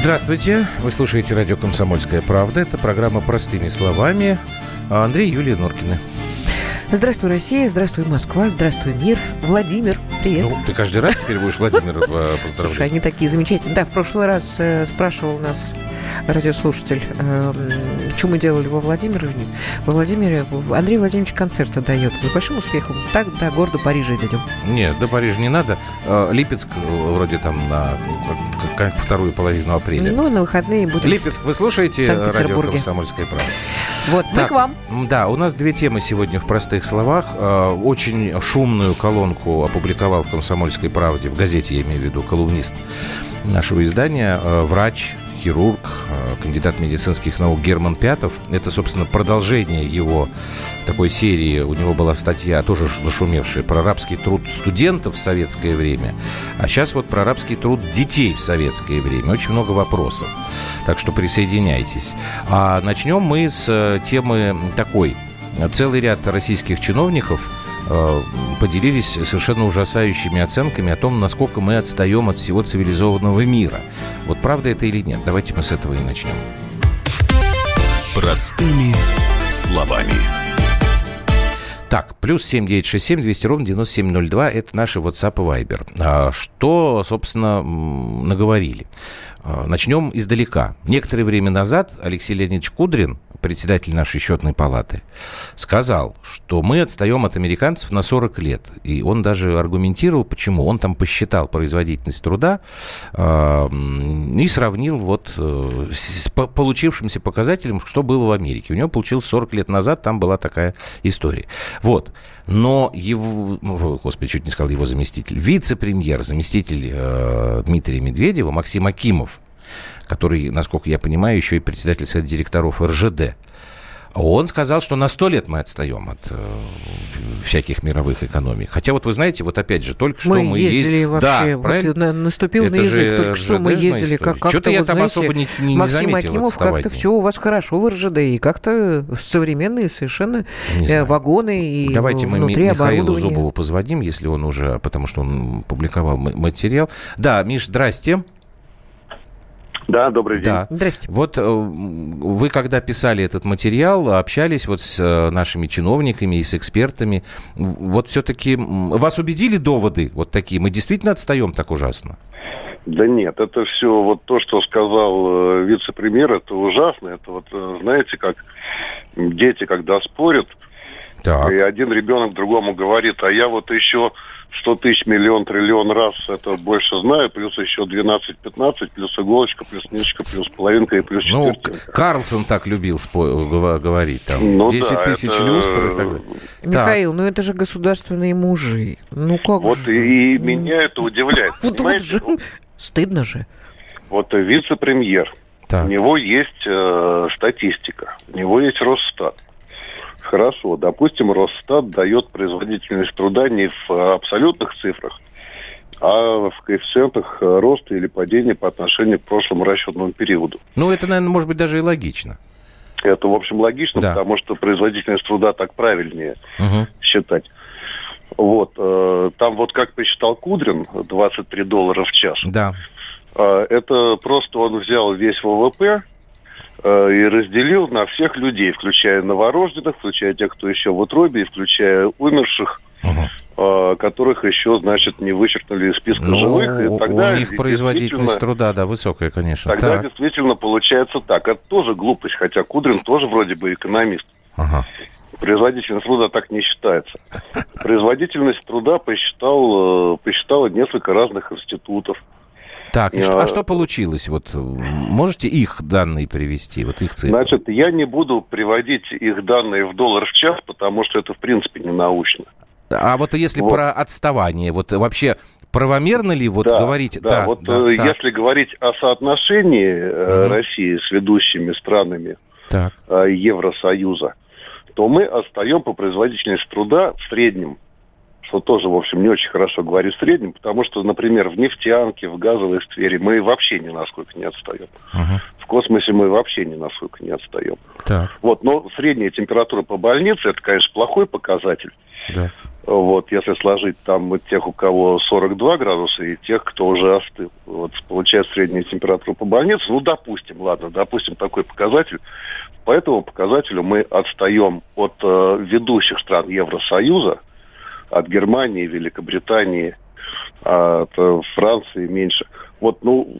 Здравствуйте. Вы слушаете радио «Комсомольская правда». Это программа «Простыми словами». Андрей, Юлия Норкины. Здравствуй, Россия, здравствуй, Москва, здравствуй, мир. Владимир, привет. Ну, ты каждый раз теперь будешь Владимира поздравлять. Слушай, они такие замечательные. Да, в прошлый раз спрашивал нас радиослушатель, что мы делали во Владимире. Во Владимире Андрей Владимирович концерты дает с большим успехом. Так до города Парижа и дойдем. Нет, до Парижа не надо. Липецк вроде там на вторую половину апреля. Ну, на выходные будем. Липецк, вы слушаете радио «Комсомольская правда»? Вот, мы к вам. Да, у нас две темы сегодня в простых словах. Очень шумную колонку опубликовал в «Комсомольской правде», в газете, я имею в виду, колумнист нашего издания, врач, хирург, кандидат медицинских наук Герман Пятов. Это, собственно, продолжение его такой серии. У него была статья, тоже нашумевшая, про рабский труд студентов в советское время. А сейчас вот про рабский труд детей в советское время. Очень много вопросов. Так что присоединяйтесь. А начнем мы с темы такой. Целый ряд российских чиновников поделились совершенно ужасающими оценками о том, насколько мы отстаем от всего цивилизованного мира. Вот правда это или нет? Давайте мы с этого и начнем. Простыми словами. Так, плюс 7967 200 ровно 9702. Это наши WhatsApp и Viber. Что, собственно, наговорили? Начнем издалека. Некоторое время назад Алексей Леонидович Кудрин, председатель нашей счетной палаты, сказал, что мы отстаем от американцев на 40 лет. И он даже аргументировал, почему. Он там посчитал производительность труда и сравнил вот с получившимся показателем, что было в Америке. У него получилось 40 лет назад, там была такая история. Вот. Но его, господи, чуть не сказал его заместитель, вице-премьер, заместитель Дмитрия Медведева, Максим Акимов, который, насколько я понимаю, еще и председатель совета директоров РЖД, он сказал, что на 100 лет мы отстаем от всяких мировых экономик. Хотя вот вы знаете, вот опять же, только что мы ездили вообще, да, вот наступил это на язык, только что мы ездили, как-то что-то я вот, там знаете, особо не Максим заметил Акимов, отставания. как-то все у вас хорошо в РЖД, и как-то современные совершенно вагоны и давайте мы внутри Михаилу Зубову позвоним, если он уже, потому что он публиковал материал. Да, Миш, здрасте. Да, добрый день. Да. Здрасте. Вот вы, когда писали этот материал, общались вот с нашими чиновниками и с экспертами. Вот все-таки вас убедили доводы вот такие? Мы действительно отстаем так ужасно? Да нет, это все вот то, что сказал вице-премьер, это ужасно. Это вот, знаете, как дети, когда спорят, так. И один ребенок другому говорит, а я вот еще 100 тысяч, миллион, триллион раз это больше знаю, плюс еще 12-15, плюс иголочка, плюс ниточка, плюс половинка и плюс четвертинка. Ну, Карлсон так любил говорить, там, 10 тысяч люстр и так далее. Михаил, ну это же государственные мужи. Ну как вот же? И меня это удивляет. Вот же. Стыдно же. Вот вице-премьер, у него есть статистика, у него есть Росстат. Хорошо, допустим, Росстат дает производительность труда не в абсолютных цифрах, а в коэффициентах роста или падения по отношению к прошлому расчетному периоду. Ну, это, наверное, может быть даже и логично. Это, в общем, логично, да. Потому что производительность труда так правильнее считать. Вот, там вот как посчитал Кудрин, $23 в час. Да. Это просто он взял весь ВВП и разделил на всех людей, включая новорожденных, включая тех, кто еще в утробе, и включая умерших, которых еще, значит, не вычеркнули из списка живых. И тогда у них производительность труда, да, высокая, конечно. Тогда действительно получается так. Это тоже глупость, хотя Кудрин тоже вроде бы экономист. Производительность труда так не считается. Производительность труда посчитало несколько разных институтов. Так, а что получилось? Вот можете их данные привести, вот их цифры? Значит, я не буду приводить их данные в доллар в час, потому что это, в принципе, не научно. А вот если про отставание, вот вообще правомерно ли вот говорить? Да, если говорить о соотношении России с ведущими странами Евросоюза, то мы отстаем по производительности труда в среднем, что тоже, в общем, не очень хорошо говорить в среднем, потому что, например, в нефтянке, в газовой сфере мы вообще ни насколько не отстаем. В космосе мы вообще ни насколько не отстаем. Вот, но средняя температура по больнице, это, конечно, плохой показатель. Вот, если сложить там тех, у кого 42 градуса, и тех, кто уже остыл. Вот, получается средняя температура по больнице. Ну, допустим такой показатель. По этому показателю мы отстаем от ведущих стран Евросоюза, от Германии, Великобритании, от Франции меньше. Вот,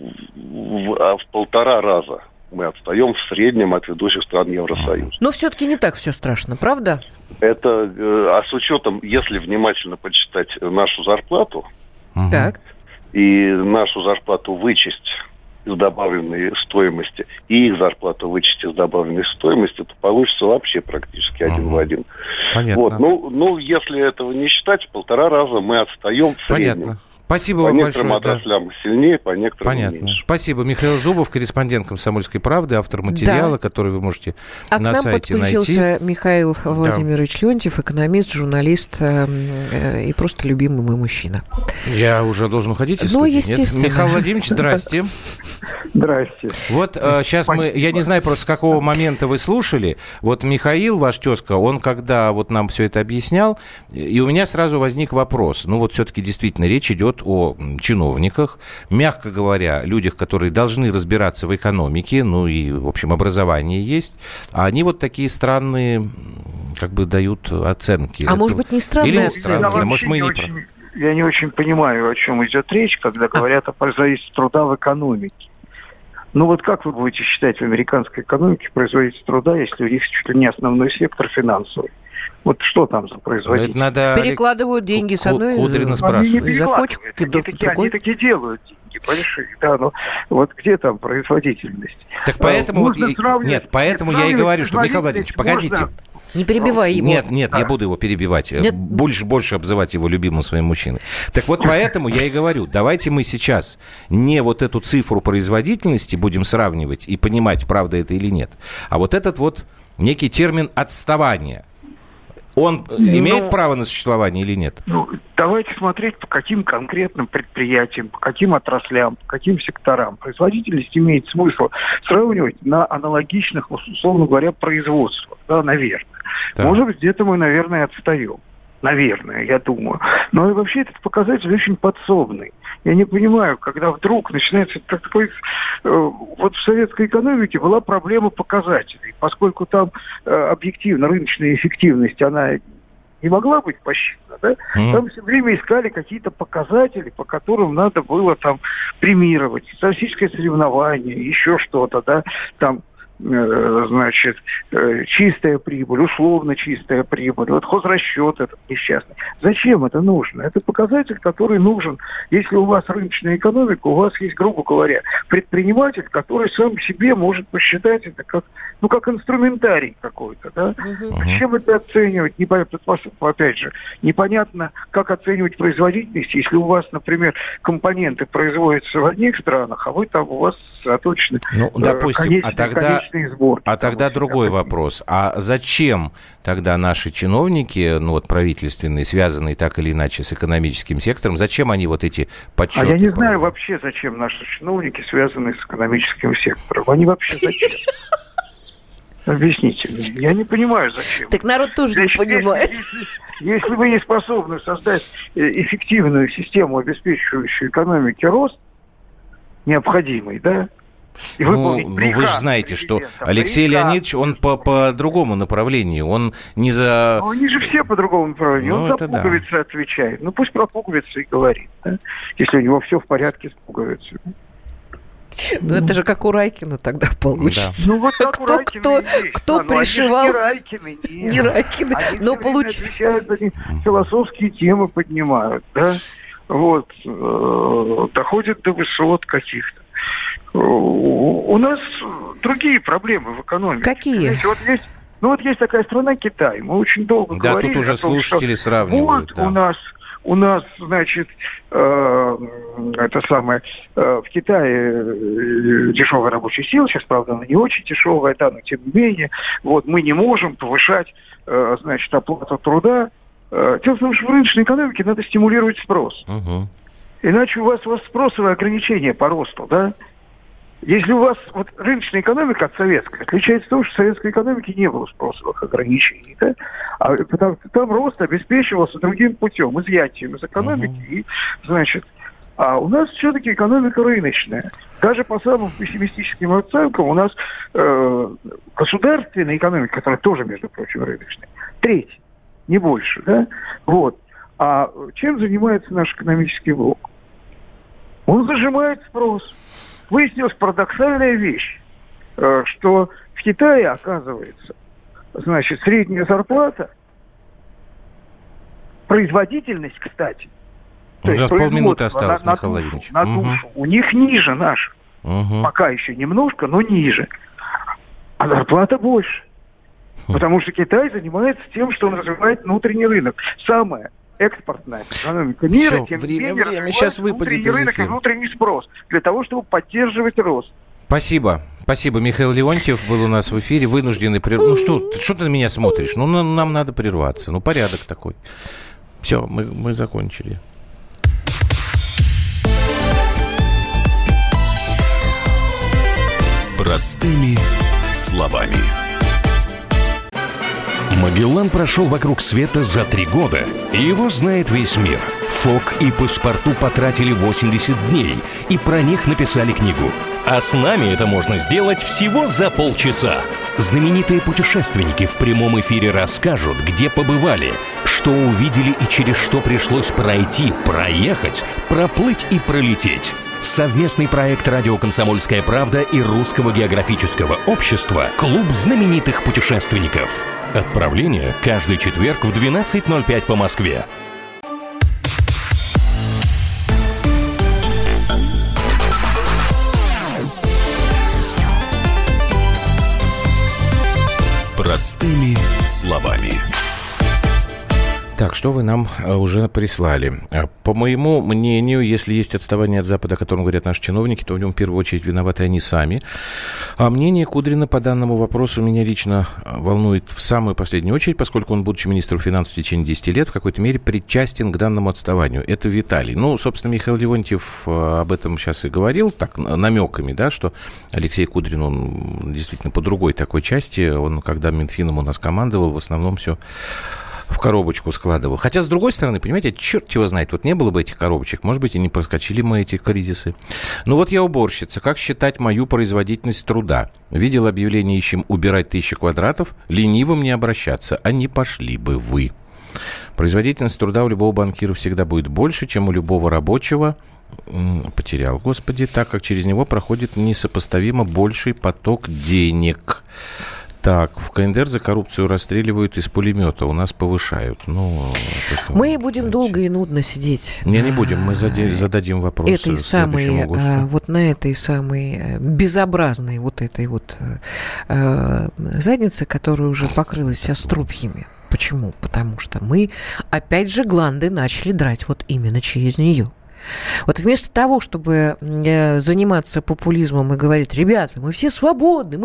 в 1,5 раза мы отстаем в среднем от ведущих стран Евросоюза. Но все-таки не так все страшно, правда? Это, а с учетом, если внимательно почитать нашу зарплату, так, и нашу зарплату вычесть из добавленной стоимости, и их зарплату вычесть из добавленной стоимости, то получится вообще практически один в один. Понятно. Вот, если этого не считать, 1,5 раза мы отстаем в среднем. Понятно. Спасибо вам большое. По некоторым отраслям сильнее, по некоторым меньше. Спасибо. Михаил Зубов, корреспондент «Комсомольской правды», автор материала, который вы можете на сайте найти. А к нам подключился Михаил Владимирович Леонтьев, экономист, журналист и просто любимый мой мужчина. Я уже должен уходить из студии, естественно. Нет? Михаил Владимирович, здрасте. Здрасте. Вот сейчас я не знаю просто, с какого момента вы слушали. Вот Михаил, ваш тезка, он когда вот нам все это объяснял, и у меня сразу возник вопрос. Ну вот все-таки действительно речь идет о чиновниках, мягко говоря, людях, которые должны разбираться в экономике, ну и, в общем, образование есть, а они вот такие странные, как бы дают оценки. Может быть, не странные оценки? Может, мы Я не очень понимаю, о чем идет речь, когда говорят о производительности труда в экономике. Ну вот как вы будете считать в американской экономике производительность труда, если у них чуть ли не основной сектор финансовый? Вот что там за производительность? Перекладывают деньги с одной Кудрина спрашивает. Они такие делают деньги большие, да, но вот где там производительность? Так поэтому поэтому я и говорю, что, Михаил Владимирович, погодите. Не перебивай его. Нет, я буду его перебивать. Больше обзывать его любимым своим мужчиной. Так вот, поэтому я и говорю, давайте мы сейчас не вот эту цифру производительности будем сравнивать и понимать, правда это или нет, а вот этот вот некий термин «отставание». Он имеет право на существование или нет? Давайте смотреть, по каким конкретным предприятиям, по каким отраслям, по каким секторам. Производительность имеет смысл сравнивать на аналогичных, условно говоря, производствах. Да, наверное. Так. Может быть, где-то мы, наверное, отстаем. Наверное, я думаю. Но и вообще этот показатель очень подсобный. Я не понимаю, когда вдруг начинается такой... Вот в советской экономике была проблема показателей. Поскольку там объективно рыночная эффективность, она не могла быть посчитана, да? Там все время искали какие-то показатели, по которым надо было там премировать. Статистическое соревнование, еще что-то, да, там... значит, чистая прибыль, условно чистая прибыль, вот хозрасчет этот несчастный. Зачем это нужно? Это показатель, который нужен, если у вас рыночная экономика, у вас есть, грубо говоря, предприниматель, который сам себе может посчитать это как инструментарий какой-то, да? Зачем это оценивать? Непонятно, опять же, непонятно, как оценивать производительность, если у вас, например, компоненты производятся в одних странах, а вы там, у вас заточены допустим, тогда другой вопрос. А зачем тогда наши чиновники, правительственные, связанные так или иначе с экономическим сектором, зачем они вот эти подсчеты? А я не знаю вообще, зачем наши чиновники, связанные с экономическим сектором. Они вообще зачем? Объясните мне. Я не понимаю, зачем. Так народ тоже не понимает. Если вы не способны создать эффективную систему, обеспечивающую экономике рост, необходимый, да? Вы же знаете, что Алексей Леонидович, он по другому направлению, он не за... Они же все по другому направлению, он за пуговицы отвечает. Пусть про пуговицы и говорит, да? Если у него все в порядке с пуговицами. Это же как у Райкина тогда получится. Да. Вот как у Райкина кто пришивал? Не Райкины. Но отвечают, они философские темы поднимают, да? Вот. Доходят до высот каких-то. У нас другие проблемы в экономике. Какие? Есть такая страна Китай. Мы очень долго говорили. Да, тут уже слушатели сравнивают. У нас, значит, в Китае дешевая рабочая сила, сейчас, правда, она не очень дешевая, да, но тем не менее, мы не можем повышать, оплату труда. Дело в том, что в рыночной экономике надо стимулировать спрос. Иначе у вас спросовые ограничения по росту, да? Если у вас вот рыночная экономика от советской отличается тем, что в советской экономике не было спросовых ограничений, да? Потому что там рост обеспечивался другим путем, изъятием из экономики. И, значит, а у нас все-таки экономика рыночная. Даже по самым пессимистическим оценкам у нас государственная экономика, которая тоже, между прочим, рыночная, треть, не больше, да? Вот. А чем занимается наш экономический блок? Он зажимает спрос. Выяснилась парадоксальная вещь, что в Китае, оказывается, значит, средняя зарплата, производительность, кстати, то есть полминуты осталось, Михаил Владимирович. На душу, у них ниже наших. Пока еще немножко, но ниже. А зарплата больше. Потому что Китай занимается тем, что он развивает внутренний рынок. Самое экспортная экономика мира, все, время сейчас выпадет из рынок и внутренний спрос для того, чтобы поддерживать рост. Спасибо. Спасибо. Михаил Леонтьев был у нас в эфире. Вынужденный прерваться. Ну что ты на меня смотришь? Ну, нам надо прерваться. Ну, порядок такой. Все, мы закончили. Простыми словами. Магеллан прошел вокруг света за 3 года, и его знает весь мир. Фок и Паспарту потратили 80 дней, и про них написали книгу. А с нами это можно сделать всего за полчаса. Знаменитые путешественники в прямом эфире расскажут, где побывали, что увидели и через что пришлось пройти, проехать, проплыть и пролететь. Совместный проект «Радио Комсомольская правда» и Русского географического общества «Клуб знаменитых путешественников». Отправление каждый четверг в 12:05 по Москве. Простыми словами. Так, что вы нам уже прислали? По моему мнению, если есть отставание от Запада, о котором говорят наши чиновники, то в нем в первую очередь виноваты они сами. А мнение Кудрина по данному вопросу меня лично волнует в самую последнюю очередь, поскольку он, будучи министром финансов в течение 10 лет, в какой-то мере причастен к данному отставанию. Это Виталий. Ну, собственно, Михаил Леонтьев об этом сейчас и говорил, так, намеками, да, что Алексей Кудрин, он действительно по другой такой части. Он, когда Минфином у нас командовал, в основном все в коробочку складывал. Хотя, с другой стороны, понимаете, черт его знает, вот не было бы этих коробочек, может быть, и не проскочили мы эти кризисы. Ну вот я уборщица. Как считать мою производительность труда? Видел объявление «Ищем убирать 1000 квадратов». Ленивым не обращаться, а не пошли бы вы. Производительность труда у любого банкира всегда будет больше, чем у любого рабочего. Потерял, господи, так как через него проходит несопоставимо больший поток денег. Так, в КНДР за коррупцию расстреливают из пулемета, у нас повышают. Ну, мы будем долго и нудно сидеть. Не будем, мы зададим вопрос этой самой, вот на этой самой безобразной вот этой вот заднице, которая уже покрылась вся струпьями. Почему? Потому что мы, опять же, гланды начали драть вот именно через нее. Вот вместо того, чтобы заниматься популизмом и говорить: ребята, мы все свободны,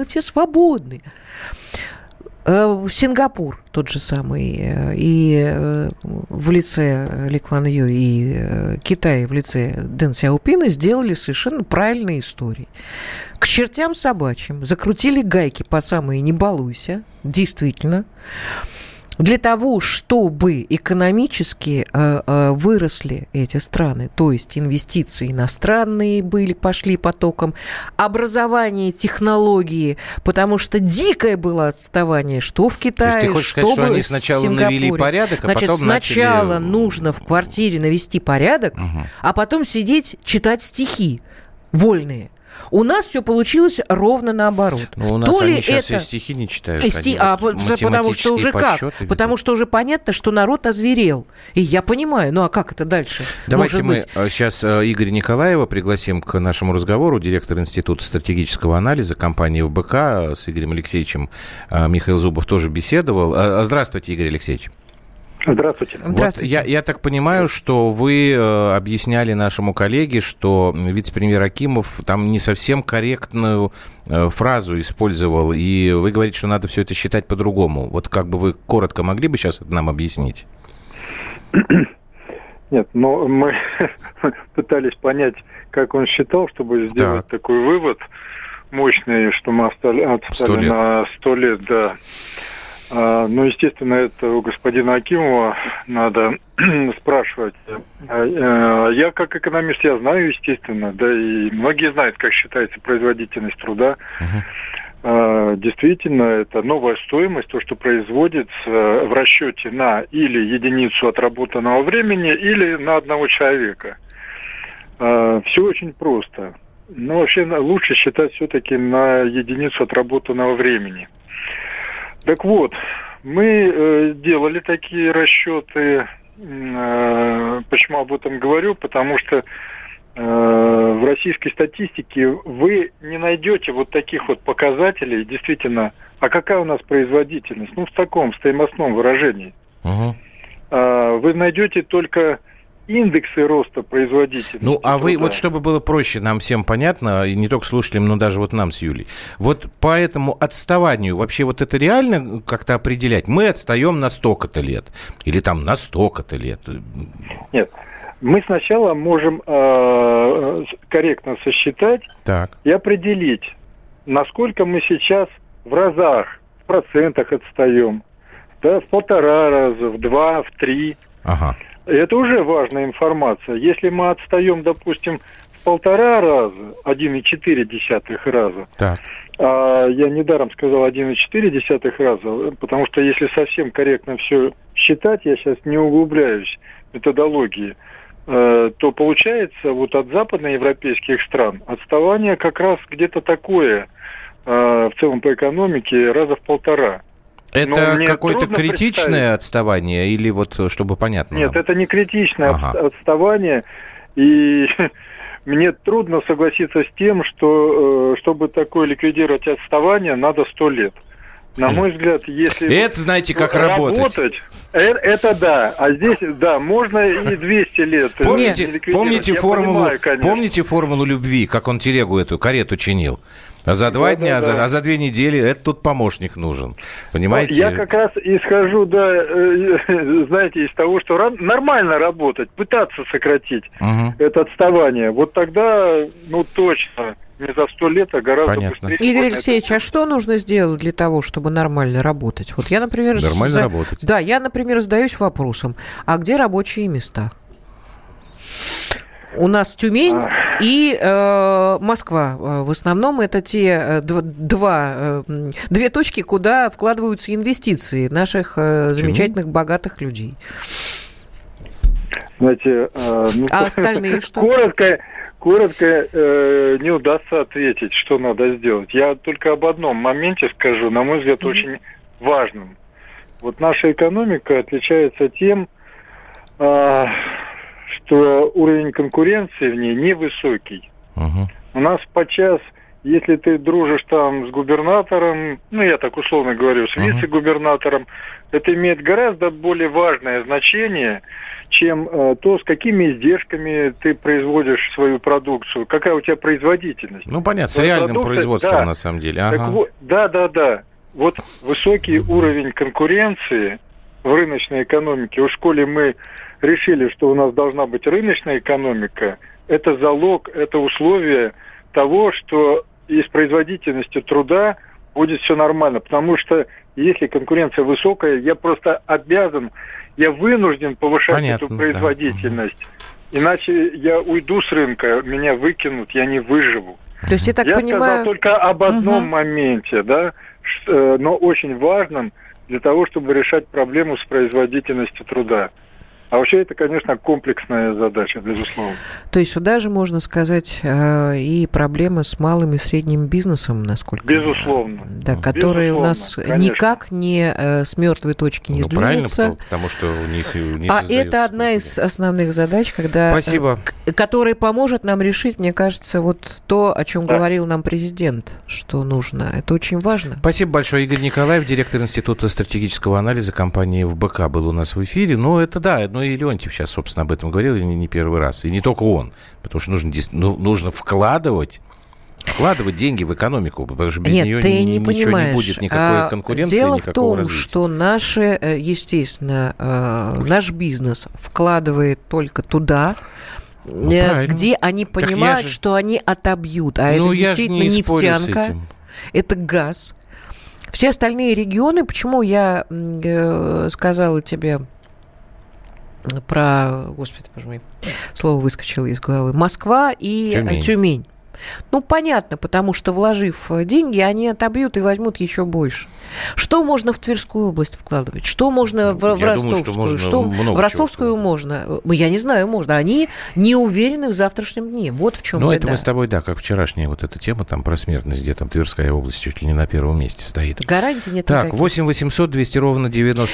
Сингапур тот же самый, и в лице Ли Куан Ю, и Китай в лице Дэн Сяопина сделали совершенно правильные истории. К чертям собачьим закрутили гайки по самые «не балуйся», действительно, для того, чтобы экономически выросли эти страны, то есть инвестиции иностранные пошли потоком, образование, технологии, потому что дикое было отставание, что в Китае, что в Сингапуре. Что они сначала навели порядок, а потом сначала нужно в квартире навести порядок, а потом сидеть, читать стихи вольные. У нас все получилось ровно наоборот. Но у нас то они сейчас и стихи не читают. Потому что уже как? Потому что уже понятно, что народ озверел. И я понимаю, ну а как это дальше? Давайте мы сейчас Игоря Николаева пригласим к нашему разговору, директор Института стратегического анализа компании ВБК. С Игорем Алексеевичем Михаил Зубов тоже беседовал. Здравствуйте, Игорь Алексеевич. Здравствуйте. Вот я так понимаю, что вы объясняли нашему коллеге, что вице-премьер Акимов там не совсем корректную фразу использовал, и вы говорите, что надо все это считать по-другому. Вот как бы вы коротко могли бы сейчас это нам объяснить? Нет, но мы пытались понять, как он считал, чтобы сделать такой вывод мощный, что мы отстали на 100 лет, да. Ну, естественно, это у господина Акимова надо спрашивать. Я как экономист, я знаю, естественно, да, и многие знают, как считается производительность труда. Действительно, это новая стоимость, то, что производится в расчете на или единицу отработанного времени, или на одного человека. Все очень просто. Но вообще лучше считать все-таки на единицу отработанного времени. Так вот, мы делали такие расчеты. Почему об этом говорю? Потому что в российской статистике вы не найдете вот таких вот показателей, действительно, а какая у нас производительность? Ну, в таком стоимостном выражении. Вы найдете только индексы роста производительности. Ну, а вы, вот чтобы было проще нам всем понятно, и не только слушателям, но даже вот нам с Юлей, вот по этому отставанию вообще вот это реально как-то определять? Мы отстаем на столько-то лет или там на столько-то лет? Нет. Мы сначала можем корректно сосчитать и определить, насколько мы сейчас в разах, в процентах отстаем. Да, в 1,5 раза, в 2, в 3. Это уже важная информация. Если мы отстаем, допустим, в 1,5 раза, 1,4 раза, я недаром сказал 1,4 раза, потому что если совсем корректно все считать, я сейчас не углубляюсь в методологии, то получается вот от западноевропейских стран отставание как раз где-то такое в целом по экономике раза в 1,5. Это какое-то критичное отставание или вот чтобы понятно? Нет, это не критичное отставание, и мне трудно согласиться с тем, что чтобы такое ликвидировать отставание, надо 100 лет. На мой взгляд, если... Это знаете, как работать. Это да. А здесь, да, можно и 200 лет. Помните формулу любви, как он телегу эту, карету чинил? А за 2 дня, а за 2 недели это тут помощник нужен. Понимаете? Я как раз исхожу, знаете, из того, что нормально работать, пытаться сократить это отставание. Вот тогда, ну, точно... не за 100 лет, а гораздо быстрее. Игорь Алексеевич, а что нужно сделать для того, чтобы нормально работать? Вот я, например... работать. Да, я, например, задаюсь вопросом, а где рабочие места? У нас Тюмень и Москва. В основном это те две точки, куда вкладываются инвестиции наших замечательных, богатых людей. Знаете, а остальные что? Коротко не удастся ответить, что надо сделать. Я только об одном моменте скажу, на мой взгляд, очень важным. Вот наша экономика отличается тем, что уровень конкуренции в ней невысокий. У нас подчас, если ты дружишь там с губернатором, ну я так условно говорю, с вице-губернатором, это имеет гораздо более важное значение, чем то, с какими издержками ты производишь свою продукцию, какая у тебя производительность. Ну, понятно, с реальным производством, на самом деле. Да. Вот высокий уровень конкуренции в рыночной экономике. В школе мы решили, что у нас должна быть рыночная экономика. Это залог, это условие того, что и с производительностью труда будет все нормально. Потому что если конкуренция высокая, я просто обязан, я вынужден повышать эту производительность. Да. Иначе я уйду с рынка, меня выкинут, я не выживу. То есть, я сказал только об одном моменте, да, но очень важном для того, чтобы решать проблему с производительностью труда. А вообще это, конечно, комплексная задача, безусловно. То есть сюда же, можно сказать, и проблемы с малым и средним бизнесом, насколько... Безусловно. Да, которые у нас никак не с мертвой точки не сдвинутся. Правильно, потому что у них не создается. Это одна из основных задач, которая поможет нам решить, мне кажется, вот то, о чем говорил нам президент, что нужно. Это очень важно. Спасибо большое. Игорь Николаев, директор Института стратегического анализа компании ФБК, был у нас в эфире. Ну, это да, и Леонтьев сейчас, собственно, об этом говорил, и не первый раз. И не только он. Потому что нужно вкладывать вкладывать деньги в экономику, потому что без нее ничего не будет, никакой конкуренции, дело никакого развития. Дело в том, что наше, естественно, наш бизнес вкладывает только туда, где они понимают, что они отобьют. А это действительно нефтянка, это газ. Все остальные регионы, почему я сказала тебе про, господи, боже мой, слово выскочило из головы, Москва и Тюмень. Ну, понятно, потому что, вложив деньги, они отобьют и возьмут еще больше. Что можно в Тверскую область вкладывать? Что можно в Ростовскую? В Ростовскую можно? Я не знаю, можно. Они не уверены в завтрашнем дне. Вот в чем беда. Ну, это мы с тобой, да, как вчерашняя вот эта тема, там, про смертность, где там Тверская область чуть ли не на первом месте стоит. Гарантий нет так, никаких. 8 800 200 ровно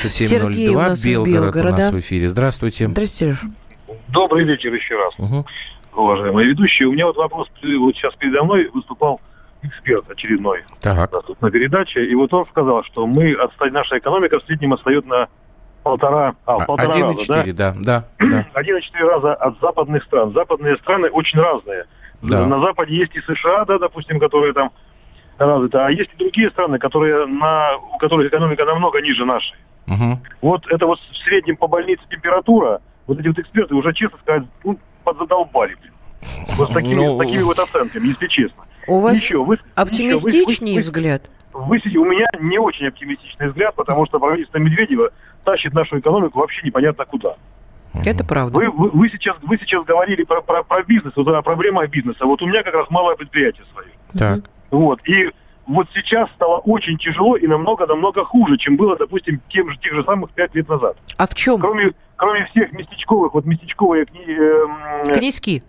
9702. Белгород у нас в эфире. Здравствуйте. Здравствуйте. Добрый вечер еще раз. Уважаемые ведущие, у меня вот вопрос, вот сейчас передо мной выступал эксперт очередной на передаче, и вот он сказал, что наша экономика в среднем отстает на полтора раза, да? 1,4 раза от западных стран. Западные страны очень разные. Да. На Западе есть и США, да, допустим, которые там развиты, а есть и другие страны, у которых экономика намного ниже нашей. Вот это вот в среднем по больнице температура, вот эти вот эксперты уже, честно сказать, подзадолбали, блин. Вот с такими вот оценками, если честно. У вас оптимистичный взгляд? У меня не очень оптимистичный взгляд, потому что правительство Медведева тащит нашу экономику вообще непонятно куда. Это правда. Вы сейчас говорили про бизнес, вот о проблемах бизнеса. Вот у меня как раз малое предприятие свое. Так. Вот. И вот сейчас стало очень тяжело и намного хуже, чем было, допустим, тех же самых 5 лет назад. А в чем? Кроме всех местечковые князьки.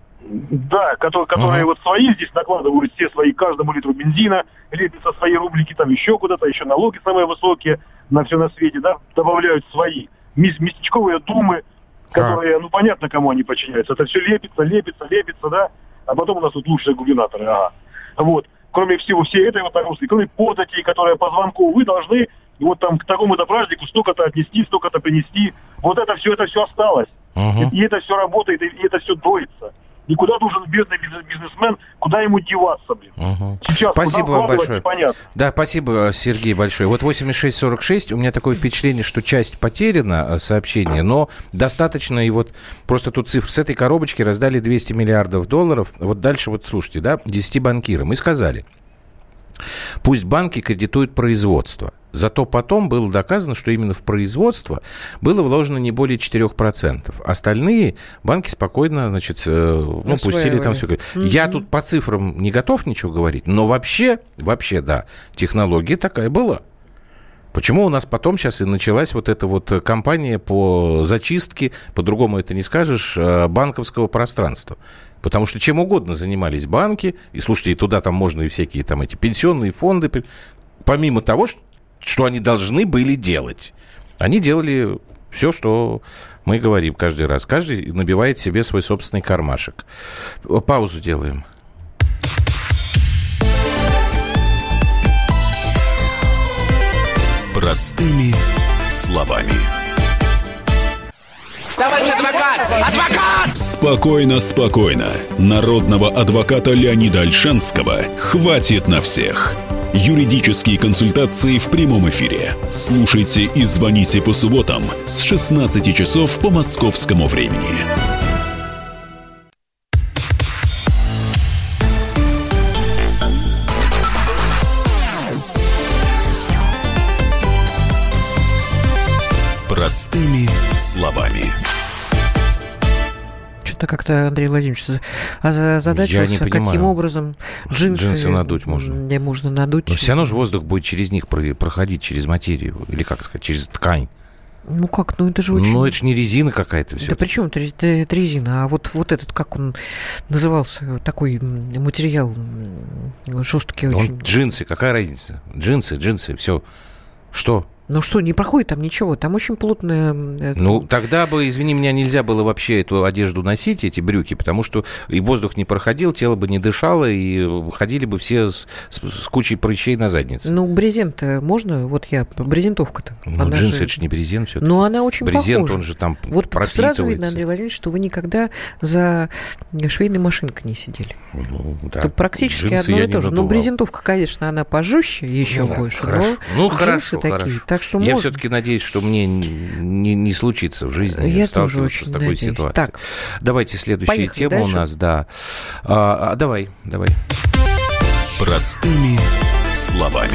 Да, которые вот свои здесь накладывают все свои, каждому литру бензина, лепятся свои рублики там еще куда-то, еще налоги самые высокие на все на свете, да, добавляют свои. Местечковые думы, которые, понятно, кому они подчиняются. Это все лепится, да, а потом у нас тут лучшие губернаторы, Вот. Кроме всей этой вот нагрузки, кроме податей, которые по звонку, вы должны вот там к такому-то празднику столько-то отнести, столько-то принести. Вот это все осталось. И это все работает, и это все доится. И куда должен бедный бизнесмен, куда ему деваться, блин? Сейчас спасибо вам большое. Непонятно. Да, спасибо, Сергей, большое. Вот 8646, у меня такое впечатление, что часть потеряна, сообщение, но достаточно, и вот просто тут цифры. С этой коробочки раздали $200 миллиардов. Вот дальше вот слушайте, да, 10 банкирам. И сказали, пусть банки кредитуют производство. Зато потом было доказано, что именно в производство было вложено не более 4%. Остальные банки спокойно, пустили там спекуляцию. Я тут по цифрам не готов ничего говорить, но вообще, да, технология такая была. Почему у нас потом сейчас и началась вот эта вот кампания по зачистке, по-другому это не скажешь, банковского пространства? Потому что чем угодно занимались банки, и, слушайте, и туда там можно и всякие там эти пенсионные фонды, помимо того, что они должны были делать. Они делали все, что мы говорим каждый раз. Каждый набивает себе свой собственный кармашек. Паузу делаем. Простыми словами. Товарищ адвокат! Адвокат! Спокойно. Народного адвоката Леонида Ольшанского хватит на всех. Юридические консультации в прямом эфире. Слушайте и звоните по субботам с 16 часов по московскому времени. Простыми словами. Что-то как-то Андрей Владимирович озадачился, каким образом джинсы надуть можно. Можно надуть. Но все равно же воздух будет через них проходить, через материю. Или, как сказать, через ткань. Это же очень... это же не резина какая-то. Да при чем это резина? А вот этот, как он назывался, такой материал жесткий очень. Джинсы, какая разница? Джинсы, все. Что? Ну что, не проходит там ничего, там очень плотная... Ну, тогда бы, извини меня, нельзя было вообще эту одежду носить, эти брюки, потому что и воздух не проходил, тело бы не дышало, и ходили бы все с кучей прыщей на заднице. Ну, брезент можно? Вот я, брезентовка-то. Ну, джинсы, это же не брезент все-таки. Ну, она очень брезент, похожа. Он же там вот пропитывается. Сразу видно, Андрей Владимирович, что вы никогда за швейной машинкой не сидели. Ну, да. Это практически одно и то же. Но брезентовка, конечно, она пожестче еще больше. Хорошо. Но хорошо, такие. хорошо. Так что я можно. все-таки надеюсь, что мне не случится в жизни я сталкиваться с такой надеюсь. ситуацией. Так. Давайте следующая тема дальше. У нас, да. Давай. Простыми словами.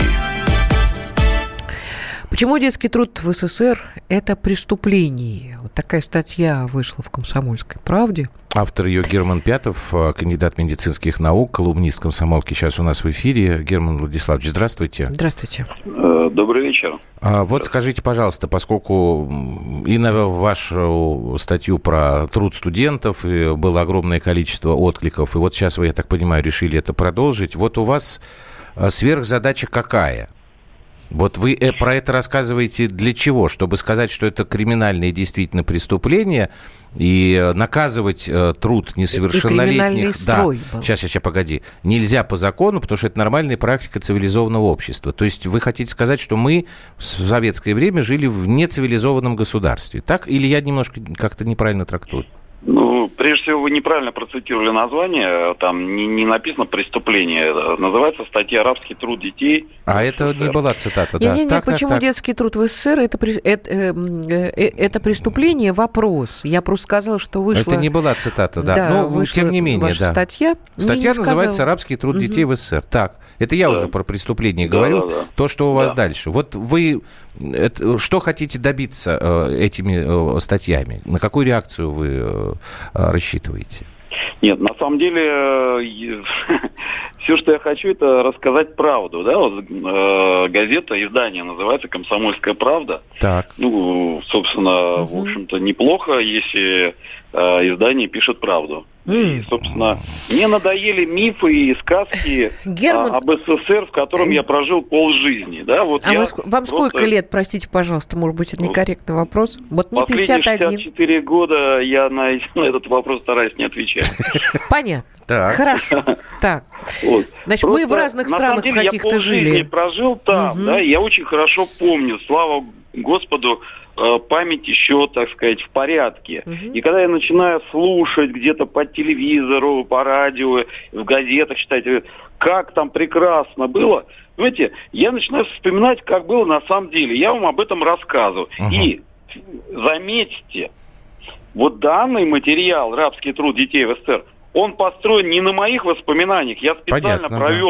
Почему детский труд в СССР – это преступление? Вот такая статья вышла в «Комсомольской правде». Автор ее Герман Пятов, кандидат медицинских наук, колумнист комсомолки, сейчас у нас в эфире. Герман Владиславович, здравствуйте. Здравствуйте. Добрый вечер. Вот скажите, пожалуйста, поскольку и на вашу статью про труд студентов и было огромное количество откликов, и вот сейчас вы, я так понимаю, решили это продолжить. Вот у вас сверхзадача какая? Вот вы про это рассказываете для чего? Чтобы сказать, что это криминальное действительно преступление и наказывать труд несовершеннолетних. Сейчас, погоди. Нельзя по закону, потому что это нормальная практика цивилизованного общества. То есть вы хотите сказать, что мы в советское время жили в нецивилизованном государстве, так? Или я немножко как-то неправильно трактую? Ну, прежде всего, вы неправильно процитировали название. Там не написано «преступление». Называется статья «Арабский труд детей». А это не была цитата, да? Нет, почему детский труд в СССР это преступление? Вопрос. Я просто сказала, что вышла... Это не была цитата, да. Но, тем не менее, ваша статья. Статья называется «Арабский труд детей в СССР». Так, это я уже про преступление говорю. Да. То, что у вас дальше. Вот вы что хотите добиться этими статьями? На какую реакцию вы рассчитываете? Нет, на самом деле, все, что я хочу, это рассказать правду. Да? Вот, газета, издание называется «Комсомольская правда». Так. Ну, собственно, в общем-то, неплохо, если издание пишет правду. И, собственно, мне надоели мифы и сказки об СССР, в котором я прожил полжизни. Да? Вот вам сколько лет, простите, пожалуйста, может быть, это некорректный вопрос? Вот не 51. Последние 64 года я на этот вопрос стараюсь не отвечать. Понятно. Так. Хорошо. Так. Вот. Значит, мы в разных странах каких-то жили. Я прожил там, да, я очень хорошо помню, слава Господу, память еще, так сказать, в порядке. И когда я начинаю слушать где-то по телевизору, по радио, в газетах читать, как там прекрасно было, понимаете, я начинаю вспоминать, как было на самом деле. Я вам об этом рассказываю. И заметьте, вот данный материал «Рабский труд детей в СССР», он построен не на моих воспоминаниях. Я специально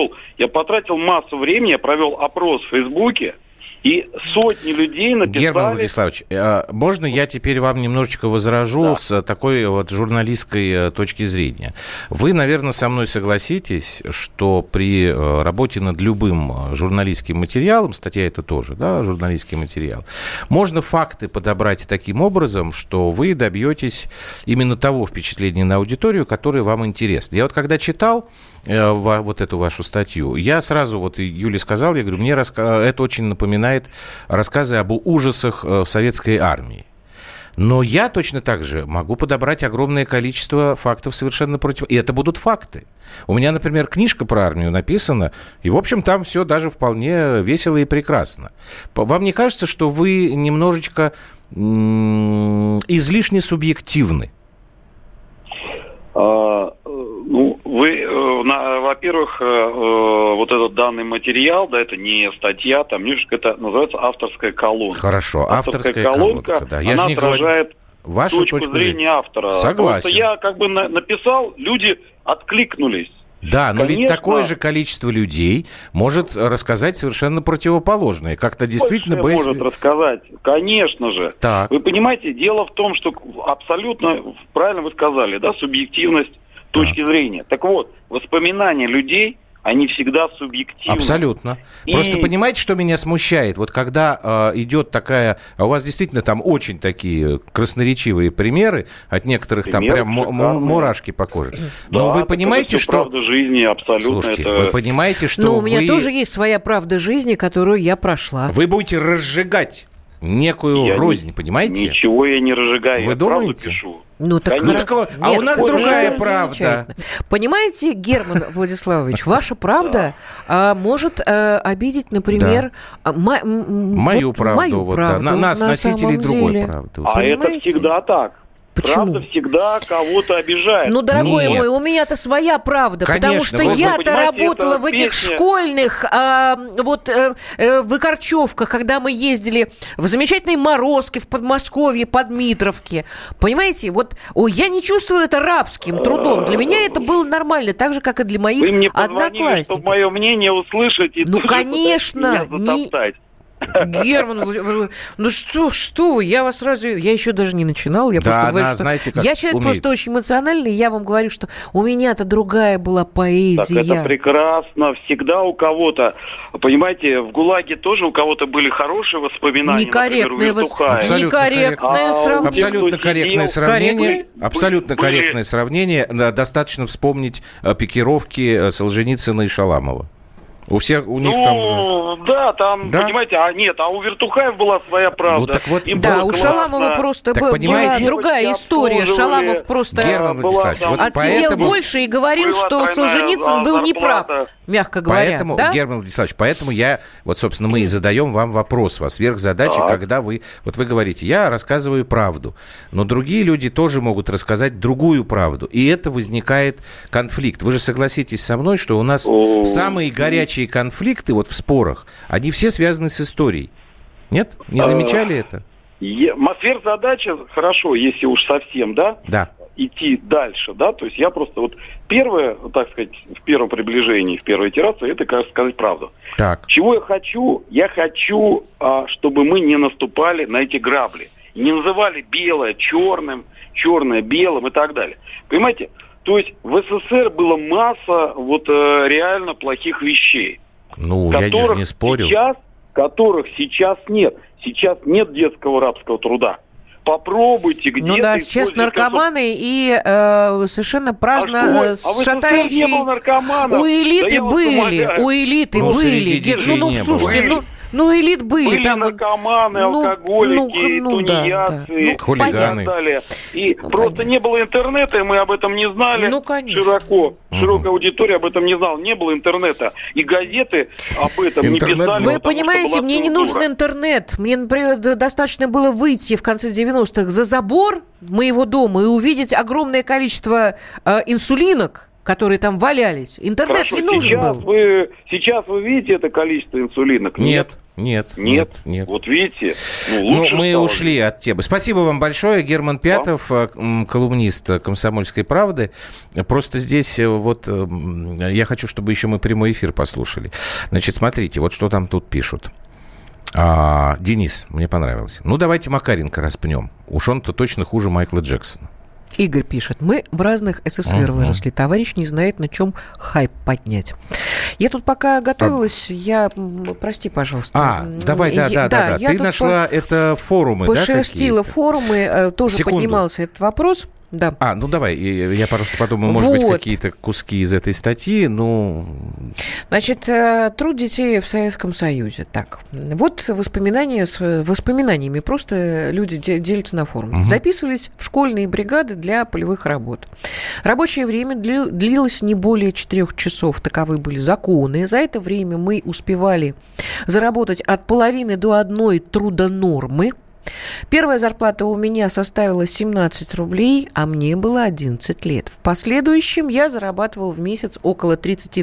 я потратил массу времени, я провел опрос в Фейсбуке, и сотни людей написали... Герман Владиславович, можно я теперь вам немножечко возражу с такой вот журналистской точки зрения? Вы, наверное, со мной согласитесь, что при работе над любым журналистским материалом, статья это тоже, да, журналистский материал, можно факты подобрать таким образом, что вы добьетесь именно того впечатления на аудиторию, которое вам интересно. Я вот когда читал вот эту вашу статью, я сразу, вот Юле сказал, я говорю, мне это очень напоминает рассказы об ужасах в советской армии. Но я точно так же могу подобрать огромное количество фактов совершенно против... И это будут факты. У меня, например, книжка про армию написана, и, в общем, там все даже вполне весело и прекрасно. Вам не кажется, что вы немножечко излишне субъективны? Ну, вы, во-первых, вот этот данный материал, да, это не статья, там немножко это называется авторская колонка. Хорошо, авторская колонка, да. Она отражает точку зрения автора. Согласен. Просто я как бы написал, люди откликнулись. Да, но ведь такое же количество людей может рассказать совершенно противоположное. Как-то действительно... может рассказать, конечно же. Так. Вы понимаете, дело в том, что абсолютно правильно вы сказали, да, субъективность точки зрения. Так вот, воспоминания людей они всегда субъективны. Абсолютно. Просто понимаете, что меня смущает? Вот когда идет такая... А у вас действительно там очень такие красноречивые примеры от некоторых, там прям мурашки по коже. Но да, вы понимаете, что... правда жизни, абсолютно. Слушайте, вы понимаете, что Но у меня тоже есть своя правда жизни, которую я прошла. Вы будете разжигать некую рознь, понимаете? Ничего я не разжигаю, вы я думаете? правду пишу. Ну, так нет, а у нас другая правда. Понимаете, Герман Владиславович, ваша правда может обидеть, например, мою правду. Нас, носителей другой правды. А это всегда так. Почему? Правда всега кого-то обижает. Ну, дорогой мой, у меня-то своя правда, конечно, потому что я-то работала в этих школьных выкорчевках, когда мы ездили в замечательной Морозке, в Подмосковье, под Дмитровке. Понимаете, вот я не чувствовала это рабским трудом. Для меня это было нормально, так же, как и для моих одноклассников. Вы мне позвонили, чтобы мое мнение услышать и ну, конечно, Герман, ну что вы, я вас разве... Я еще даже не начинал, я просто говорю, что... Знаете, я человек просто очень эмоциональный, я вам говорю, что у меня-то другая была поэзия. Так это прекрасно, всегда у кого-то, понимаете, в ГУЛАГе тоже у кого-то были хорошие воспоминания. Некорректное сравнение. Абсолютно корректное сравнение. Абсолютно корректное сравнение. Достаточно вспомнить пикировки Солженицына и Шаламова. У всех, у них там... Да, там, понимаете, а у Вертухаев была своя правда. Ну, так вот, да, у Шаламова просто была другая история. Шаламов просто отсидел больше и говорил, что Солженицын был неправ, мягко говоря. Поэтому, да? Герман Владиславович, поэтому собственно, мы и задаем вам вопрос. У вас сверхзадача, когда вы говорите, я рассказываю правду, но другие люди тоже могут рассказать другую правду. И это возникает конфликт. Вы же согласитесь со мной, что у нас самые горячие конфликты в спорах, они все связаны с историей. Нет? Не замечали это? Сверхзадача, хорошо, если уж совсем, да? Идти дальше, да? То есть я просто первое, так сказать, в первом приближении, в первой итерации, это, как сказать, правду. Так. Чего я хочу? Я хочу, чтобы мы не наступали на эти грабли. Не называли белое черным, черное белым и так далее. Понимаете? То есть в СССР была масса реально плохих вещей. Ну, я же не спорю. Которых сейчас нет. Сейчас нет детского рабского труда. Попробуйте где-то... Ну да, сейчас наркоманы и совершенно праздно шатающие... не был наркоманов. У элиты были. Слушайте, элит были там наркоманы, алкоголики, тунеядцы, хулиганы. И просто не было интернета, и мы об этом не знали. Ну, конечно. Широкая аудитория об этом не знала. Не было интернета. И газеты об этом не писали. Вы понимаете, мне не нужен интернет. Мне, например, достаточно было выйти в конце 90-х за забор моего дома и увидеть огромное количество инсулинок, которые там валялись. Интернет не нужен был. Сейчас вы видите это количество инсулинок? Нет. Вот видите? Мы ушли от темы. Спасибо вам большое. Герман Пятов, колумнист «Комсомольской правды». Просто здесь я хочу, чтобы еще мы прямой эфир послушали. Значит, смотрите, что там тут пишут. Денис, мне понравилось. Давайте Макаренко распнем. Уж он-то точно хуже Майкла Джексона. Игорь пишет, мы в разных СССР выросли. Товарищ не знает, на чем хайп поднять. Я тут пока готовилась, прости, пожалуйста. Давай. Ты нашла это форумы, да, какие-то? Пошерстила форумы, тоже поднимался этот вопрос. Да. Давай, я просто подумаю, может быть, какие-то куски из этой статьи, Значит, труд детей в Советском Союзе. Так, воспоминаниями просто люди делятся на форумах. Записывались в школьные бригады для полевых работ. Рабочее время длилось не более 4 часов, таковы были законы. За это время мы успевали заработать от половины до 1 трудонормы. Первая зарплата у меня составила 17 рублей, а мне было 11 лет. В последующем я зарабатывал в месяц около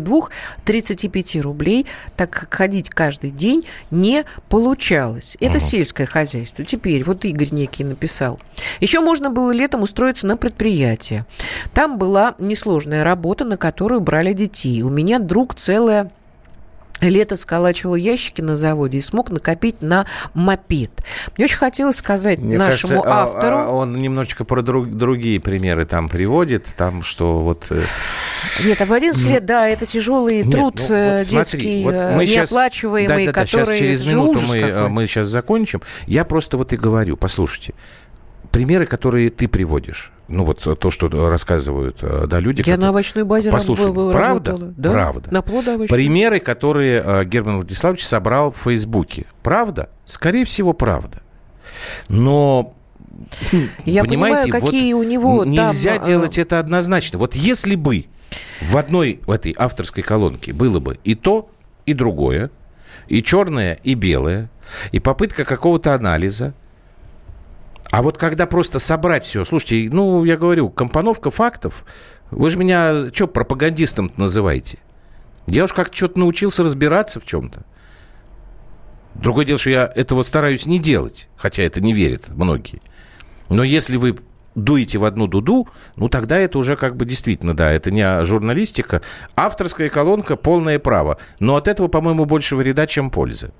32-35 рублей, так как ходить каждый день не получалось. Это сельское хозяйство. Теперь Игорь некий написал. Еще можно было летом устроиться на предприятие. Там была несложная работа, на которую брали детей. У меня друг целое лето сколачивал ящики на заводе и смог накопить на мопед. Мне очень хотелось сказать нашему автору... Он немножечко про другие примеры там приводит, там что Нет, а в 11 лет, да, это тяжелый труд детский, неоплачиваемый, который сейчас через минуту ужас мы сейчас закончим. Я просто вот и говорю, послушайте, примеры, которые ты приводишь, ну вот то, что рассказывают люди. Я на овощной базе работала. Правда? Да, правда. На плодоовощной. Примеры, которые Герман Владиславович собрал в Фейсбуке. Правда? Скорее всего, правда. Но... Я понимаете, понимаю, какие у него нельзя там... делать это однозначно. Вот если бы в этой авторской колонке было бы и то, и другое, и черное, и белое, и попытка какого-то анализа, а вот когда просто собрать все... Слушайте, ну, я говорю, компоновка фактов... Вы же меня, что, пропагандистом называете? Я уж как-то что-то научился разбираться в чем-то. Другое дело, что я этого стараюсь не делать, хотя это не верят многие. Но если вы дуете в одну дуду, ну, тогда это уже как бы действительно, да, это не журналистика. Авторская колонка — полное право. Но от этого, по-моему, больше вреда, чем пользы.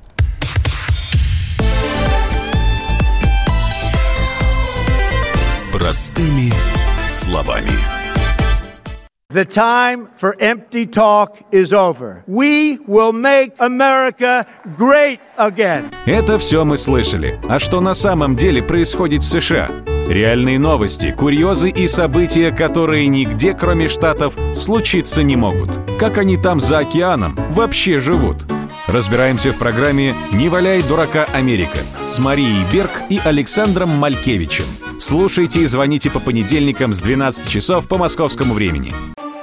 Простыми словами. The time for empty talk is over. We will make America great again. Это все мы слышали. А что на самом деле происходит в США? Реальные новости, курьезы и события, которые нигде, кроме Штатов, случиться не могут. Как они там за океаном вообще живут? Разбираемся в программе «Не валяй дурака, Америка» с Марией Берг и Александром Малькевичем. Слушайте и звоните по понедельникам с 12 часов по московскому времени.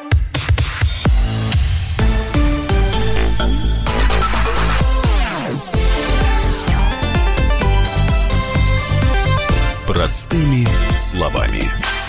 Простыми словами.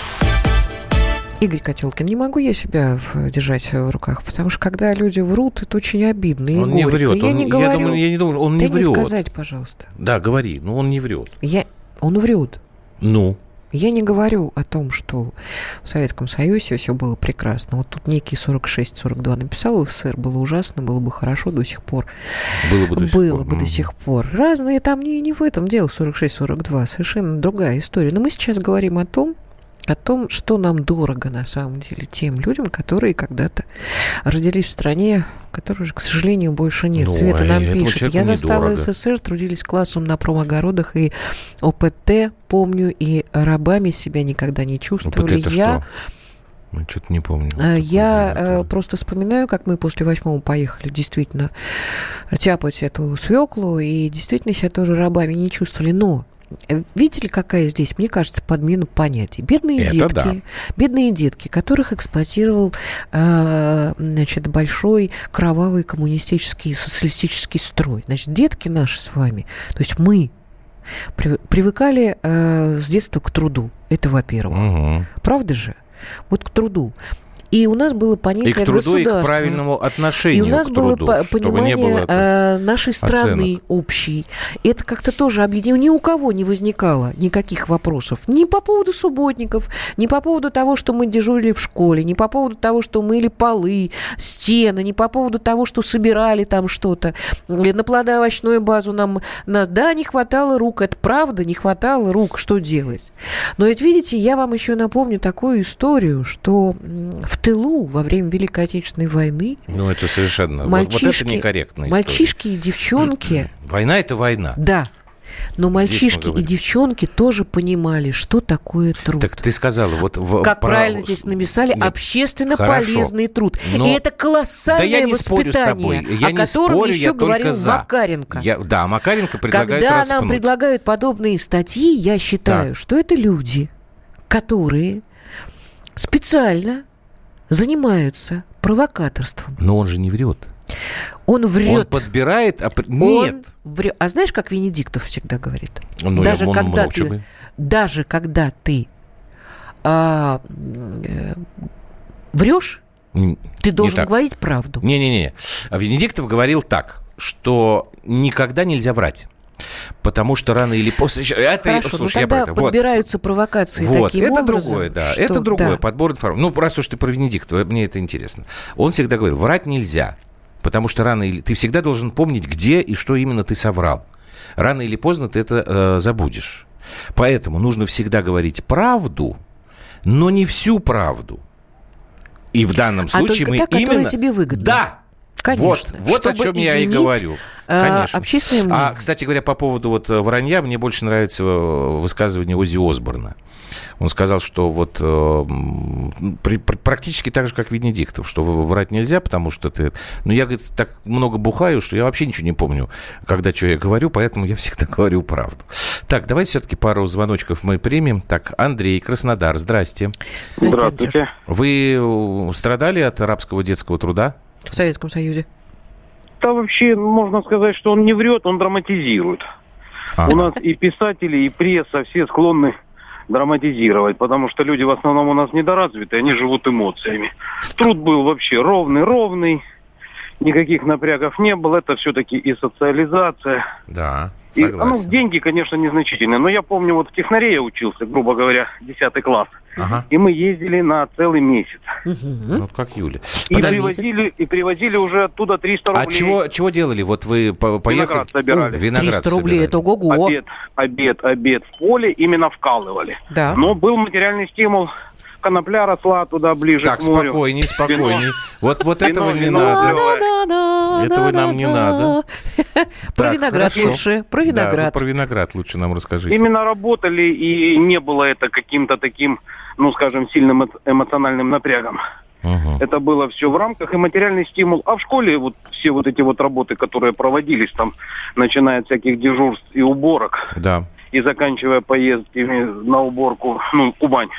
Игорь Котелкин, не могу я себя держать в руках, потому что когда люди врут, это очень обидно и он горько. Не врет. Я не говорю. Я не думаю, он не врет. Дай мне сказать, пожалуйста. Да, говори, но он не врет. Он врет. Ну? Я не говорю о том, что в Советском Союзе все было прекрасно. Вот тут некий 46-42 написал в СССР, было ужасно, было бы хорошо до сих пор. Было бы до сих пор. Разные там не в этом дело 46-42, совершенно другая история. Но мы сейчас говорим о том, что нам дорого на самом деле тем людям, которые когда-то родились в стране, которой же, к сожалению, больше нет. Света нам пишет. Я застала СССР, трудились классом на промогородах и ОПТ, помню, и рабами себя никогда не чувствовали. ОПТ это что? Что-то не помню. Я просто вспоминаю, как мы после 8-го поехали действительно тяпать эту свеклу, и действительно себя тоже рабами не чувствовали. Но видите ли, какая здесь, мне кажется, подмена понятий. Бедные детки, которых эксплуатировал большой кровавый коммунистический социалистический строй. Значит, детки наши с вами, то есть мы привыкали с детства к труду. Это во-первых. Угу. Правда же? Вот к труду. И у нас было понятие государства. И к труду, и к правильному отношению к труду. И у нас было понимание нашей страны общей. Это как-то тоже объединило. Ни у кого не возникало никаких вопросов. Ни по поводу субботников, ни по поводу того, что мы дежурили в школе, ни по поводу того, что мыли полы, стены, ни по поводу того, что собирали там что-то. На плодоовощную базу нам... Да, не хватало рук. Это правда, не хватало рук. Что делать? Но ведь, видите, я вам еще напомню такую историю, что в тылу во время Великой Отечественной войны... Ну, это совершенно... Вот это некорректная история. Мальчишки и девчонки... Война – это война. Да. Но мальчишки и девчонки тоже понимали, что такое труд. Так ты сказала, вот... Как правильно здесь написали, общественно полезный труд. И это колоссальное воспитание, о котором еще говорил Макаренко. Да, Макаренко предлагает Когда распнуть. нам предлагают подобные статьи, я считаю, что это люди, которые специально занимаются провокаторством. Но он же не врет. Он врет. Он подбирает... Нет. Он врет. А знаешь, как Венедиктов всегда говорит? Ну, даже когда ты врешь, ты должен говорить правду. Не-не-не. Венедиктов говорил так, что никогда нельзя врать. Потому что рано или поздно... Хорошо, слушай, но тогда подбираются провокации таким образом. Другое, да. Это другое, подбор информации. Ну, раз уж ты про Венедиктова, мне это интересно. Он всегда говорил, врать нельзя. Потому что рано или... Ты всегда должен помнить, где и что именно ты соврал. Рано или поздно ты это забудешь. Поэтому нужно всегда говорить правду, но не всю правду. И в данном случае мы та, именно... которая тебе выгодна. Да! Конечно. Вот о чем я и говорю. Конечно. Общественное мнение. Кстати говоря, по поводу вот вранья, мне больше нравится высказывание Оззи Осборна. Он сказал, что вот практически так же, как Венедиктов, что врать нельзя, потому что ты... Ну, я, говорит, так много бухаю, что я вообще ничего не помню, когда что я говорю, поэтому я всегда говорю правду. Так, давайте все-таки пару звоночков мы примем. Так, Андрей, Краснодар, здрасте. Здравствуйте. Вы страдали от рабского детского труда? В Советском Союзе. Да вообще, можно сказать, что он не врет, он драматизирует. У нас и писатели, и пресса все склонны драматизировать, потому что люди в основном у нас недоразвиты, они живут эмоциями. Труд был вообще ровный, никаких напрягов не было, это все-таки и социализация. Да, согласен. Деньги, конечно, незначительные, но я помню, вот в технаре я учился, грубо говоря, 10 класс. Ага. И мы ездили на целый месяц. Ну, вот как Юля. И привозили уже оттуда 300 рублей. А чего делали? Вот вы поехали... Виноград собирали. 300 рублей, это ого-го. Обед в поле именно вкалывали. Да. Но был материальный стимул. Конопля росла туда ближе к морю. Так, спокойней. Вот этого не надо. Этого нам не надо. Про виноград лучше. Про виноград. Про виноград лучше нам расскажите. Именно работали, и не было это каким-то таким, ну, скажем, сильным эмоциональным напрягом. Это было все в рамках и материальный стимул. А в школе вот все вот эти вот работы, которые проводились там, начиная от всяких дежурств и уборок, и заканчивая поездками на уборку, Кубань.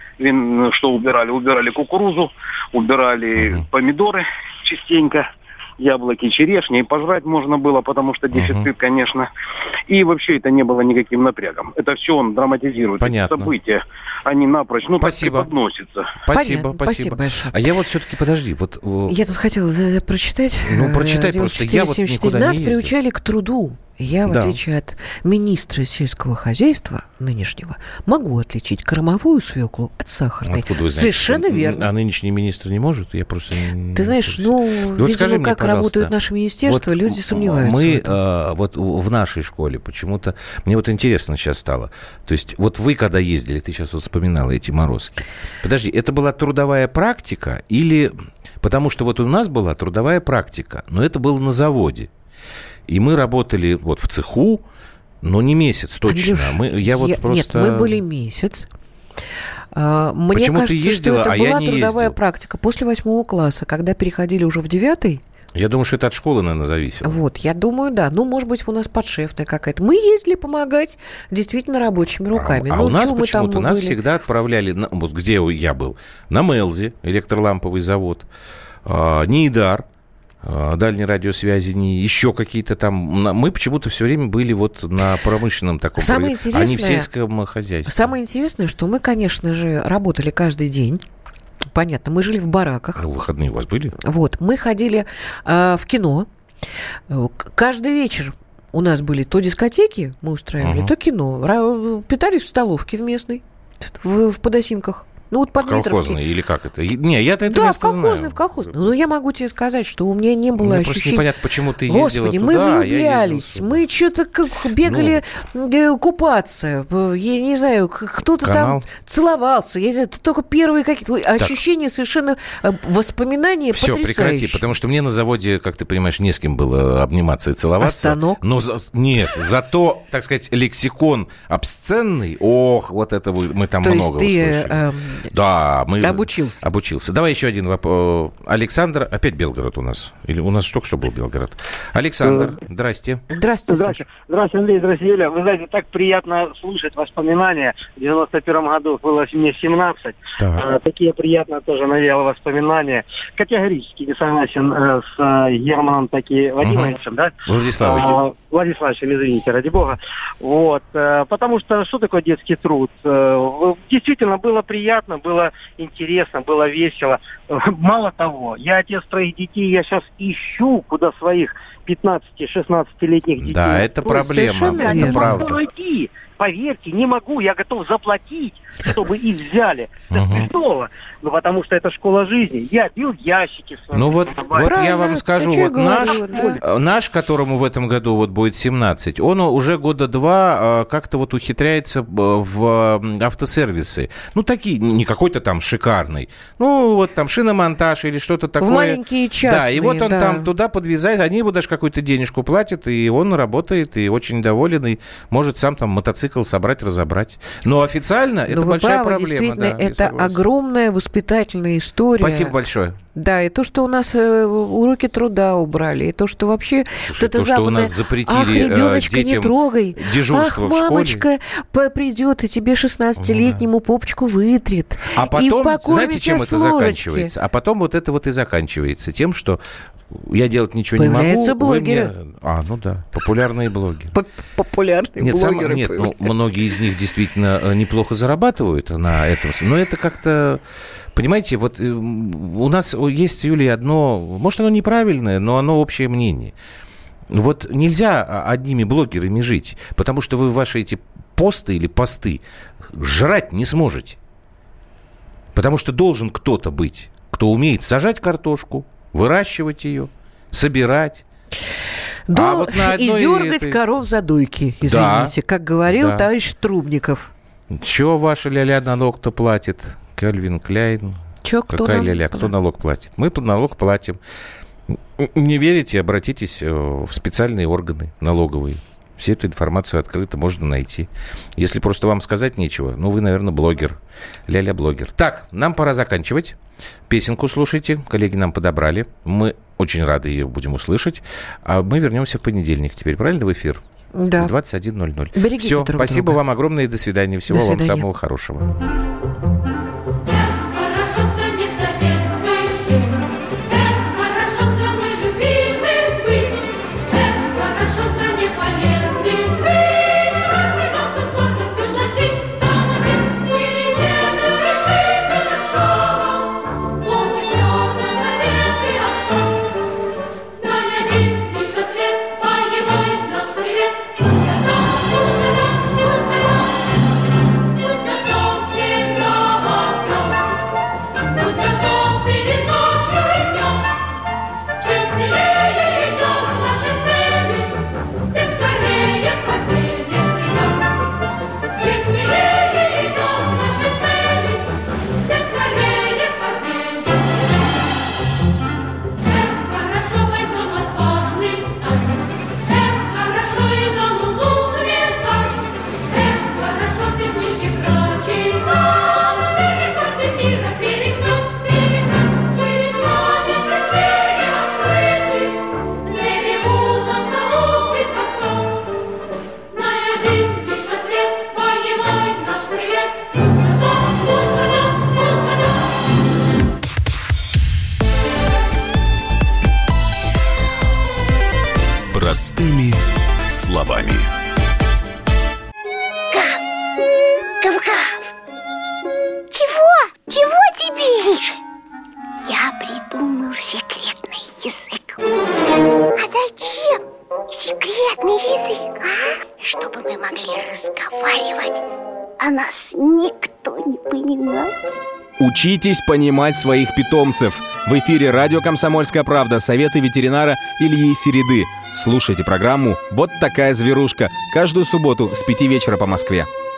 Что убирали? Убирали кукурузу, убирали помидоры частенько, яблоки, черешни, и пожрать можно было, потому что дефицит, конечно. И вообще это не было никаким напрягом. Это все он драматизирует. Понятно. События, они напрочь, Спасибо. Так преподносятся. Спасибо. Большое. А я вот все-таки, подожди. Я тут хотела прочитать. Прочитай просто. Я вот никуда не ездил. Нас приучали к труду. Я, в отличие от министра сельского хозяйства нынешнего, могу отличить кормовую свеклу от сахарной. Откуда вы знаете? Совершенно верно. А нынешний министр не может? Я просто Ты знаешь, видимо, скажи мне, как работают наши министерства, люди сомневаются. Мы вот в нашей школе почему-то... Мне вот интересно сейчас стало. То есть вот вы когда ездили, ты сейчас вот вспоминала эти морозки. Подожди, это была трудовая практика или... Потому что вот у нас была трудовая практика, но это было на заводе. И мы работали вот в цеху, но не месяц точно. Андрюш, Нет, мы были месяц. Мне Почему кажется, ты ездила, что это была трудовая ездил? практика. После 8 класса, когда переходили уже в 9-й. Я думаю, что это от школы, наверное, зависело. Вот, я думаю, да. Может быть, у нас подшефная какая-то. Мы ездили помогать действительно рабочими руками. У нас почему-то нас всегда отправляли, где я был, на Мелзе, электроламповый завод, Нейдар, дальней радиосвязи, еще какие-то там. Мы почему-то все время были вот на промышленном таком, а не в сельском хозяйстве. Самое интересное, что мы, конечно же, работали каждый день. Понятно, мы жили в бараках. Выходные у вас были? Вот, мы ходили в кино. Каждый вечер у нас были то дискотеки, мы устраивали, то кино. Питались в столовке в местной, в Подосинках. В колхозной или как это? Не, я-то это место знаю. Да, в колхозной. Но я могу тебе сказать, что у меня не было ощущения... Просто непонятно, почему ты ездила Господи, туда, мы влюблялись, мы что-то бегали купаться. Я не знаю, кто-то там целовался. Я не знаю, только первые какие-то ощущения совершенно... Воспоминания потрясающие. Все, прекрати, потому что мне на заводе, как ты понимаешь, не с кем было обниматься и целоваться. А станок? Нет, зато, так сказать, лексикон обсценный, вот это мы там много услышали. Да, мы... Обучился. Давай еще один вопрос. Александр, опять Белгород у нас. Или у нас только что был Белгород. Александр, здрасте. Здравствуйте, Здравствуйте, Андрей, здравствуйте, Юля. Вы знаете, так приятно слушать воспоминания. В 91 году было мне 17. Такие приятные тоже навеяло воспоминания. Категорически не согласен с Германом Владимировичем, да? Владиславовичем, извините, ради бога. Вот. Потому что такое детский труд? Действительно, было приятно, было интересно, было весело. Мало того, я отец 3 детей, я сейчас ищу, куда своих 15-16-летних детей. Да, это проблема, это правда. Найти. Поверьте, не могу, я готов заплатить, чтобы их взяли. Это смешного, потому что это школа жизни. Я бил ящики. Ну вот я вам скажу, вот наш, которому в этом году вот будет 17, он уже года 2 как-то вот ухитряется в автосервисы. Ну, такие, не какой-то там шикарный. Ну, вот там шиномонтаж или что-то такое. В маленькие частные, да, и вот он там туда подвязает, они ему даже какую-то денежку платят, и он работает, и очень доволен, и может сам там мотоцикл собрать, разобрать. Но официально это большая проблема. Действительно, это огромная воспитательная история. Спасибо большое. Да, и то, что у нас уроки труда убрали, и то, что вообще... Слушай, то, что у нас запретили ребеночка, детям не трогай. дежурство в школе. Мамочка придет и тебе 16-летнему попочку вытрет. А потом, и знаете, чем это заканчивается? А потом вот это вот и заканчивается тем, что я делать ничего не могу. Появляются блогеры. Ну да, популярные блогеры. Популярные блогеры. Нет, многие из них действительно неплохо зарабатывают на этом. Но это как-то... Понимаете, вот у нас есть, Юлия, одно... Может, оно неправильное, но оно общее мнение. Вот нельзя одними блогерами жить, потому что вы ваши эти посты или посты жрать не сможете. Потому что должен кто-то быть, кто умеет сажать картошку, выращивать ее, собирать. Да, вот и дергать коров за дойки, извините, как говорил товарищ Трубников. Чего ваша ля-ля налог-то платит? Кельвин Кляйн. Какая ля-ля? Кто налог платит? Мы налог платим. Не верите? Обратитесь в специальные органы налоговые. Всю эту информацию открыто можно найти. Если просто вам сказать нечего, вы, наверное, блогер. Ля-ля-блогер. Так, нам пора заканчивать. Песенку слушайте. Коллеги нам подобрали. Мы очень рады ее будем услышать. А мы вернемся в понедельник теперь, правильно, в эфир? Да. В 21:00. Берегите Все, друг спасибо друга. вам огромное и до свидания. Всего вам самого хорошего. Простыми словами. Гав-гав! Чего? Чего тебе? Тише! Я придумал секретный язык. А зачем секретный язык, а? Чтобы мы могли разговаривать, а нас никто не понимал. Учитесь понимать своих питомцев. В эфире радио «Комсомольская правда». Советы ветеринара Ильи Середы. Слушайте программу «Вот такая зверушка» каждую субботу с 5 вечера по Москве.